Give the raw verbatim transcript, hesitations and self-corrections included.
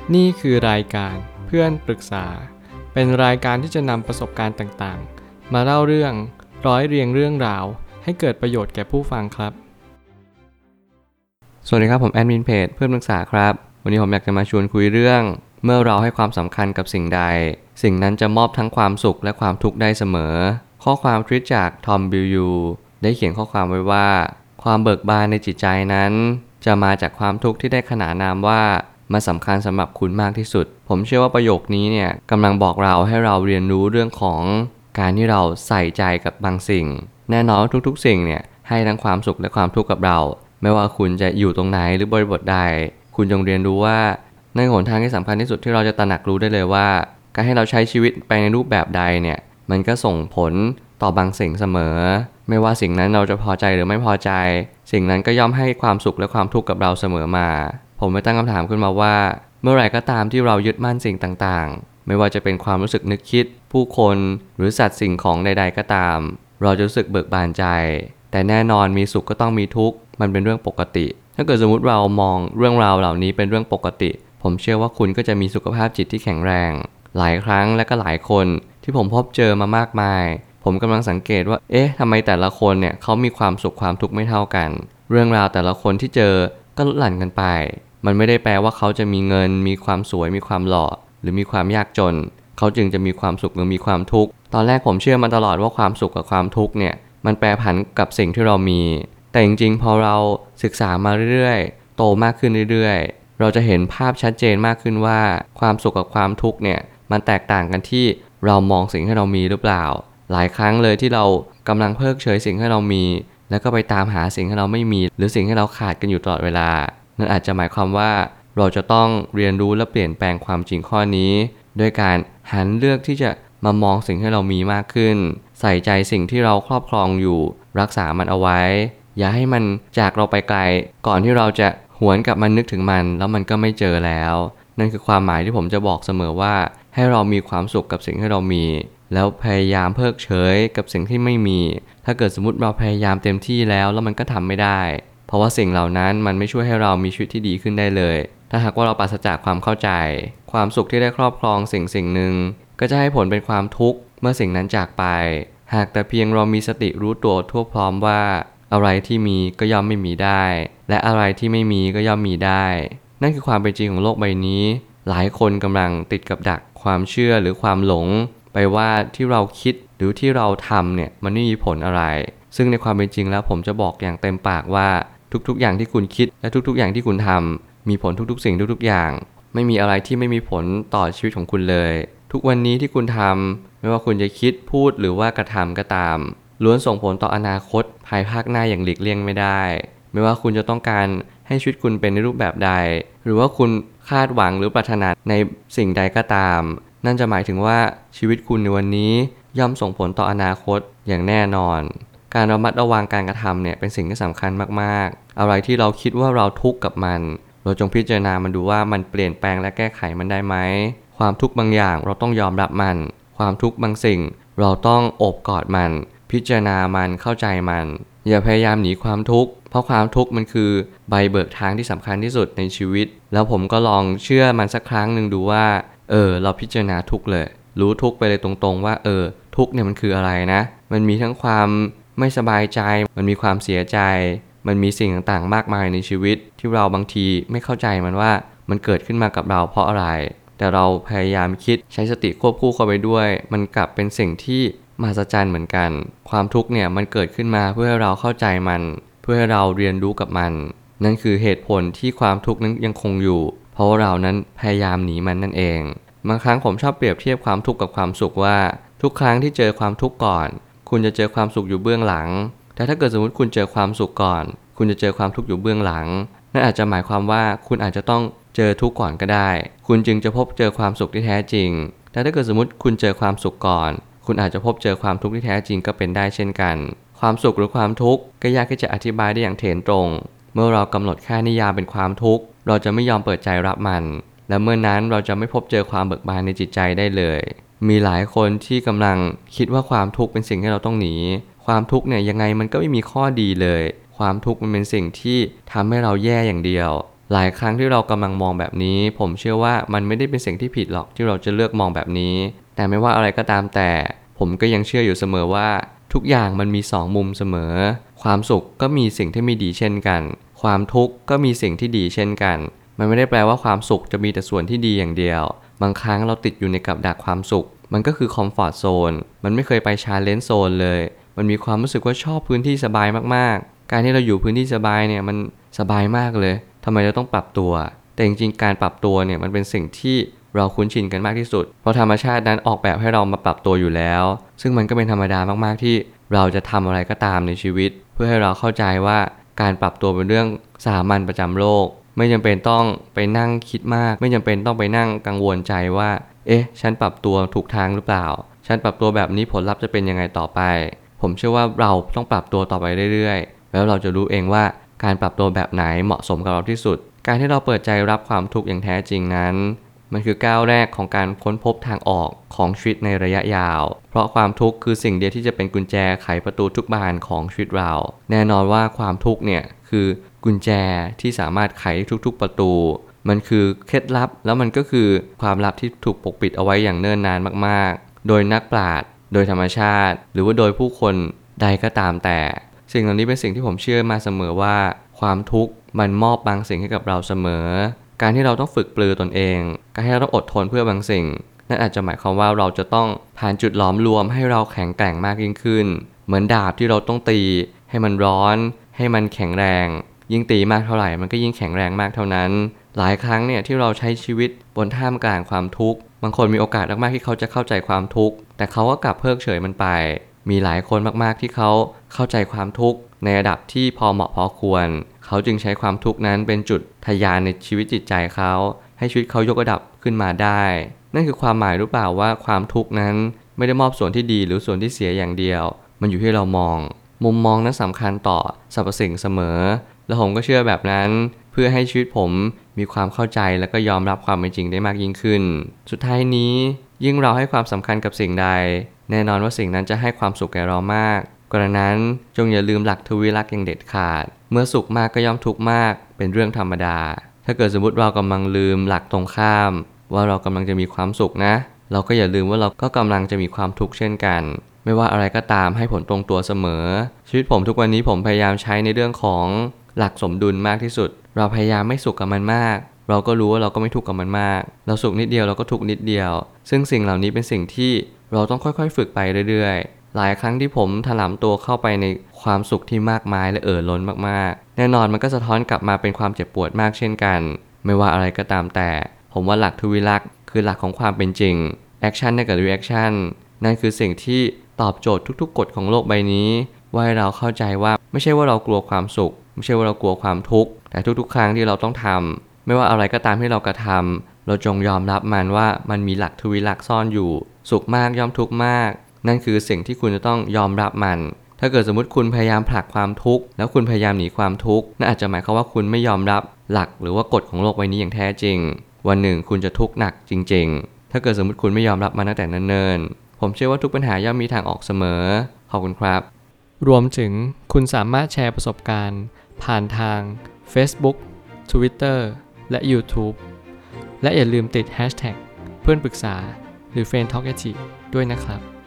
นี่คือรายการเพื่อนปรึกษาเป็นรายการที่จะนำประสบการณ์ต่างๆมาเล่าเรื่องร้อยเรียงเรื่องราวให้เกิดประโยชน์แก่ผู้ฟังครับสวัสดีครับผมแอดมินเพจเพื่อนปรึกษาครับวันนี้ผมอยากจะมาชวนคุยเรื่องเมื่อเราให้ความสำคัญกับสิ่งใดสิ่งนั้นจะมอบทั้งความสุขและความทุกข์ได้เสมอข้อความทวิตจากทอมบิลยูได้เขียนข้อความไว้ว่าความเบิกบานในจิตใจนั้นจะมาจากความทุกข์ที่ได้ขนานนามว่ามันสำคัญสำหรับคุณมากที่สุดผมเชื่อว่าประโยคนี้เนี่ยกำลังบอกเราให้เราเรียนรู้เรื่องของการที่เราใส่ใจกับบางสิ่งแน่นอนทุกๆสิ่งเนี่ยให้ทั้งความสุขและความทุกข์กับเราไม่ว่าคุณจะอยู่ตรงไหนหรือบริบทใดคุณจงเรียนรู้ว่าในหนทางที่สำคัญที่สุดที่เราจะตระหนักรู้ได้เลยว่าการให้เราใช้ชีวิตไปในรูปแบบใดเนี่ยมันก็ส่งผลต่อบางสิ่งเสมอไม่ว่าสิ่งนั้นเราจะพอใจหรือไม่พอใจสิ่งนั้นก็ย่อมให้ความสุขและความทุกข์กับเราเสมอมาผมไม่ตั้งคำถามขึ้นมาว่าเมื่อไหร่ก็ตามที่เรายึดมั่นสิ่งต่างๆไม่ว่าจะเป็นความรู้สึกนึกคิดผู้คนหรือสัตว์สิ่งของใดๆก็ตามเราจะรู้สึกเบิกบานใจแต่แน่นอนมีสุขก็ต้องมีทุกข์มันเป็นเรื่องปกติถ้าเกิดสมมุติเรามองเรื่องราวเหล่านี้เป็นเรื่องปกติผมเชื่อว่าคุณก็จะมีสุขภาพจิตที่แข็งแรงหลายครั้งและก็หลายคนที่ผมพบเจอมามากมายผมกำลังสังเกตว่าเอ๊ะทำไมแต่ละคนเนี่ยเขามีความสุขความทุกข์ไม่เท่ากันเรื่องราวแต่ละคนที่เจอก็ลดหลั่นกันไปมันไม่ได้แปลว่าเขาจะมีเงินมีความสวยมีความหล่อหรือมีความยากจนเขาจึงจะมีความสุขหรือมีความทุกข์ตอนแรกผมเชื่อมาตลอดว่าความสุขกับความทุกข์เนี่ยมันแปรผันกับสิ่งที่เรามีแต่จริงๆพอเราศึกษามาเรื่อยๆโตมากขึ้นเรื่อยๆเราจะเห็นภาพชัดเจนมากขึ้นว่าความสุขกับความทุกข์เนี่ยมันแตกต่างกันที่เรามองสิ่งที่เรามีหรือเปล่าหลายครั้งเลยที่เรากำลังเพิกเฉยสิ่งที่เรามีแล้วก็ไปตามหาสิ่งที่เราไม่มีหรือสิ่งที่เราขาดกันอยู่ตลอดเวลานั่นอาจจะหมายความว่าเราจะต้องเรียนรู้และเปลี่ยนแปลงความจริงข้อนี้ด้วยการหันเลือกที่จะมามองสิ่งที่เรามีมากขึ้นใส่ใจสิ่งที่เราครอบครองอยู่รักษามันเอาไว้อย่าให้มันจากเราไปไกลก่อนที่เราจะหวนกลับมานึกถึงมันแล้วมันก็ไม่เจอแล้วนั่นคือความหมายที่ผมจะบอกเสมอว่าให้เรามีความสุขกับสิ่งที่เรามีแล้วพยายามเพิกเฉยกับสิ่งที่ไม่มีถ้าเกิดสมมติเราพยายามเต็มที่แล้วแล้วมันก็ทำไม่ได้เพราะว่าสิ่งเหล่านั้นมันไม่ช่วยให้เรามีชีวิตที่ดีขึ้นได้เลยถ้าหากว่าเราปราศจากความเข้าใจความสุขที่ได้ครอบครองสิ่งสิ่งหนึ่งก็จะให้ผลเป็นความทุกข์เมื่อสิ่งนั้นจากไปหากแต่เพียงเรามีสติรู้ตัวทั่วพร้อมว่าอะไรที่มีก็ย่อมไม่มีได้และอะไรที่ไม่มีก็ย่อมมีได้นั่นคือความเป็นจริงของโลกใบนี้หลายคนกำลังติดกับดักความเชื่อหรือความหลงไปว่าที่เราคิดหรือที่เราทำเนี่ยมันไม่มีผลอะไรซึ่งในความเป็นจริงแล้วผมจะบอกอย่างเต็มปากว่าทุกๆอย่างที่คุณคิดและทุกๆอย่างที่คุณทำมีผลทุกๆสิ่งทุกๆอย่างไม่มีอะไรที่ไม่มีผลต่อชีวิตของคุณเลยทุกวันนี้ที่คุณทำไม่ว่าคุณจะคิดพูดหรือว่ากระทำก็ตามล้วนส่งผลต่ออนาคตภายภาคหน้าอย่างหลีกเลี่ยงไม่ได้ไม่ว่าคุณจะต้องการให้ชีวิตคุณเป็นในรูปแบบใดหรือว่าคุณคาดหวังหรือปรารถนาในสิ่งใดก็ตามนั่นจะหมายถึงว่าชีวิตคุณในวันนี้ย่อมส่งผลต่ออนาคตอย่างแน่นอนการระมัดระวังการกระทำเนี่ยเป็นสิ่งที่สำคัญมากๆอะไรที่เราคิดว่าเราทุกข์กับมันเราจงพิจารณามันดูว่ามันเปลี่ยนแปลงและแก้ไขมันได้ไหมความทุกข์บางอย่างเราต้องยอมรับมันความทุกข์บางสิ่งเราต้องโอบกอดมันพิจารณามันเข้าใจมันอย่าพยายามหนีความทุกข์เพราะความทุกข์มันคือใบเบิกทางที่สำคัญที่สุดในชีวิตแล้วผมก็ลองเชื่อมันสักครั้งหนึ่งดูว่าเออเราพิจารณาทุกข์เลยรู้ทุกข์ไปเลยตรงๆว่าเออทุกข์เนี่ยมันคืออะไรนะมันมีทั้งความไม่สบายใจมันมีความเสียใจมันมีสิ่งต่างๆมากมายในชีวิตที่เราบางทีไม่เข้าใจมันว่ามันเกิดขึ้นมากับเราเพราะอะไรแต่เราพยายามคิดใช้สติควบคู่เข้าไปด้วยมันกลับเป็นสิ่งที่มหัศจรรย์เหมือนกันความทุกข์เนี่ยมันเกิดขึ้นมาเพื่อให้เราเข้าใจมันเพื่อให้เราเรียนรู้กับมันนั่นคือเหตุผลที่ความทุกข์นั้นยังคงอยู่เพราะว่าเรานั้นพยายามหนีมันนั่นเองบางครั้งผมชอบเปรียบเทียบความทุกข์กับความสุขว่าทุกครั้งที่เจอความทุกข์ก่อนคุณจะเจอความสุขอยู่เบื้องหลังแต่ถ้าเกิดสมมติคุณเจอความสุขก่อนคุณจะเจอความทุกข์อยู่เบื้องหลังนั่นอาจจะหมายความว่าคุณอาจจะต้องเจอทุกข์ก่อนก็ได้คุณจึงจะพบเจอความสุขที่แท้จริงแต่ถ้าเกิดสมมติคุณเจอความสุขก่อนคุณอาจจะพบเจอความทุกข์ที่แท้จริงก็เป็นได้เช่นกันความสุขหรือความทุกข์ก็ยากที่จะอธิบายได้อย่างเถนตรงเมื่อเรากำหนดแค่นิยามเป็นความทุกข์เราจะไม่ยอมเปิดใจรับมันและเมื่อนั้นเราจะไม่พบเจอความเบิกบานในจิตใจได้เลยมีหลายคนที่กำลังคิดว่าความทุกข์เป็นสิ่งที่เราต้องหนีความทุกข์เนี่ยยังไงมันก็ไม่มีข้อดีเลยความทุกข์มันเป็นสิ่งที่ทำให้เราแย่อย่างเดียวหลายครั้งที่เรากำลังมองแบบนี้ผมเชื่อว่ามันไม่ได้เป็นสิ่งที่ผิดหรอกที่เราจะเลือกมองแบบนี้แต่ไม่ว่าอะไรก็ตามแต่ผมก็ยังเชื่ออยู่เสมอว่าทุกอย่างมันมีสองมุมเสมอความสุขก็มีสิ่งที่ไม่ดีเช่นกันความทุกข์ก็มีสิ่งที่ดีเช่นกันมันไม่ได้แปลว่าความสุขจะมีแต่ส่วนที่ดีอย่างเดียวบางครั้งเราติดอยู่ในกับดักความสุขมันก็คือคอมฟอร์ตโซนมันไม่เคยไปชาเลนจ์โซนเลยมันมีความรู้สึกว่าชอบพื้นที่สบายมากๆการที่เราอยู่พื้นที่สบายเนี่ยมันสบายมากเลยทำไมเราต้องปรับตัวแต่จริงๆการปรับตัวเนี่ยมันเป็นสิ่งที่เราคุ้นชินกันมากที่สุดเพราะธรรมชาตินั้นออกแบบให้เรามาปรับตัวอยู่แล้วซึ่งมันก็เป็นธรรมดามากๆที่เราจะทำอะไรก็ตามในชีวิตเพื่อให้เราเข้าใจว่าการปรับตัวเป็นเรื่องสามัญประจำโลกไม่จำเป็นต้องไปนั่งคิดมากไม่จำเป็นต้องไปนั่งกังวลใจว่าเอ๊ะฉันปรับตัวถูกทางหรือเปล่าฉันปรับตัวแบบนี้ผลลัพธ์จะเป็นยังไงต่อไปผมเชื่อว่าเราต้องปรับตัวต่อไปเรื่อยๆแล้วเราจะรู้เองว่าการปรับตัวแบบไหนเหมาะสมกับเราที่สุดการที่เราเปิดใจรับความทุกข์อย่างแท้จริงนั้นมันคือก้าวแรกของการค้นพบทางออกของชีวิตในระยะยาวเพราะความทุกข์คือสิ่งเดียวที่จะเป็นกุญแจไขประตูทุกบานของชีวิตเราแน่นอนว่าความทุกข์เนี่ยคือกุญแจที่สามารถไขทุกๆประตูมันคือเคล็ดลับแล้วมันก็คือความลับที่ถูกปกปิดเอาไว้อย่างเนิ่นนานมากๆโดยนักปราชญ์โดยธรรมชาติหรือว่าโดยผู้คนใดก็ตามแต่สิ่งเหล่านี้เป็นสิ่งที่ผมเชื่อมาเสมอว่าความทุกข์มันมอบบางสิ่งให้กับเราเสมอการที่เราต้องฝึกปลือตนเองการที่เราต้องอดทนเพื่อบางสิ่งนั่นอาจจะหมายความว่าเราจะต้องผ่านจุดหลอมรวมให้เราแข็งแกร่งมากยิ่งขึ้นเหมือนดาบที่เราต้องตีให้มันร้อนให้มันแข็งแรงยิ่งตีมากเท่าไหร่มันก็ยิ่งแข็งแรงมากเท่านั้นหลายครั้งเนี่ยที่เราใช้ชีวิตบนท่ามกลางความทุกข์บางคนมีโอกาสมากๆที่เขาจะเข้าใจความทุกข์แต่เขาก็กลับเพิกเฉยมันไปมีหลายคนมากๆที่เขาเข้าใจความทุกข์ในระดับที่พอเหมาะพอควรเขาจึงใช้ความทุกข์นั้นเป็นจุดทะยานในชีวิตจิตใจเขาให้ชีวิตเขายกระดับขึ้นมาได้นั่นคือความหมายหรือเปล่าว่าความทุกข์นั้นไม่ได้มอบส่วนที่ดีหรือส่วนที่เสียอย่างเดียวมันอยู่ที่เรามองมุมมองนั้นสำคัญต่อสรรพสิ่งเสมอและผมก็เชื่อแบบนั้นเพื่อให้ชีวิตผมมีความเข้าใจและก็ยอมรับความเป็นจริงได้มากยิ่งขึ้นสุดท้ายนี้ยิ่งเราให้ความสำคัญกับสิ่งใดแน่นอนว่าสิ่งนั้นจะให้ความสุขแก่เรามากกระนั้นจงอย่าลืมหลักทวิรักษ์อย่างเด็ดขาดเมื่อสุขมากก็ย่อมทุกข์มากเป็นเรื่องธรรมดาถ้าเกิดสมมติเรากำลังลืมหลักตรงข้ามว่าเรากำลังจะมีความสุขนะเราก็อย่าลืมว่าเราก็กำลังจะมีความทุกข์เช่นกันไม่ว่าอะไรก็ตามให้ผลตรงตัวเสมอชีวิตผมทุกวันนี้ผมพยายามใช้ในเรื่องของหลักสมดุลมากที่สุดเราพยายามไม่สุขกับมันมากเราก็รู้ว่าเราก็ไม่ทุกข์กับมันมากเราสุขนิดเดียวเราก็ทุกข์นิดเดียวซึ่งสิ่งเหล่านี้เป็นสิ่งที่เราต้องค่อยๆฝึกไปเรื่อยๆหลายครั้งที่ผมถลำตัวเข้าไปในความสุขที่มากมายและเอ่อล้นมากๆแน่นอนมันก็สะท้อนกลับมาเป็นความเจ็บปวดมากเช่นกันไม่ว่าอะไรก็ตามแต่ผมว่าหลักทวิรักษ์คือหลักของความเป็นจริงแอคชั่นได้กับรีแอคชั่นนั่นคือสิ่งที่ตอบโจทย์ทุกๆกฎของโลกใบนี้ว่าให้เราเข้าใจว่าไม่ใช่ว่าเรากลัวความสุขไม่ใช่ว่าเรากลัวความทุกข์แต่ทุกๆครั้งที่เราต้องทำไม่ว่าอะไรก็ตามที่เรากระทำเราจงยอมรับมันว่ามันมีหลักทวิรักษ์ซ่อนอยู่สุขมากย่อมทุกข์มากนั่นคือสิ่งที่คุณจะต้องยอมรับมันถ้าเกิดสมมติคุณพยายามผลักความทุกข์แล้วคุณพยายามหนีความทุกข์นั่นอาจจะหมายความว่าคุณไม่ยอมรับหลักหรือว่ากฎของโลกใบนี้อย่างแท้จริงวันหนึ่งคุณจะทุกข์หนักจริงๆถ้าเกิดสมมติคุณไม่ยอมรับมันตั้งแต่เนิ่นๆผมเชื่อว่าทุกปัญหาย่อมมีทางออกเสมอขอบคุณครับรวมถึงคุณสามารถแชร์ประสบการณ์ผ่านทาง Facebook Twitter และ YouTube และอย่าลืมติด แฮชแท็ก เพื่อนปรึกษาหรือ เฟรนด์ ทอล์ก ด้วยนะครับ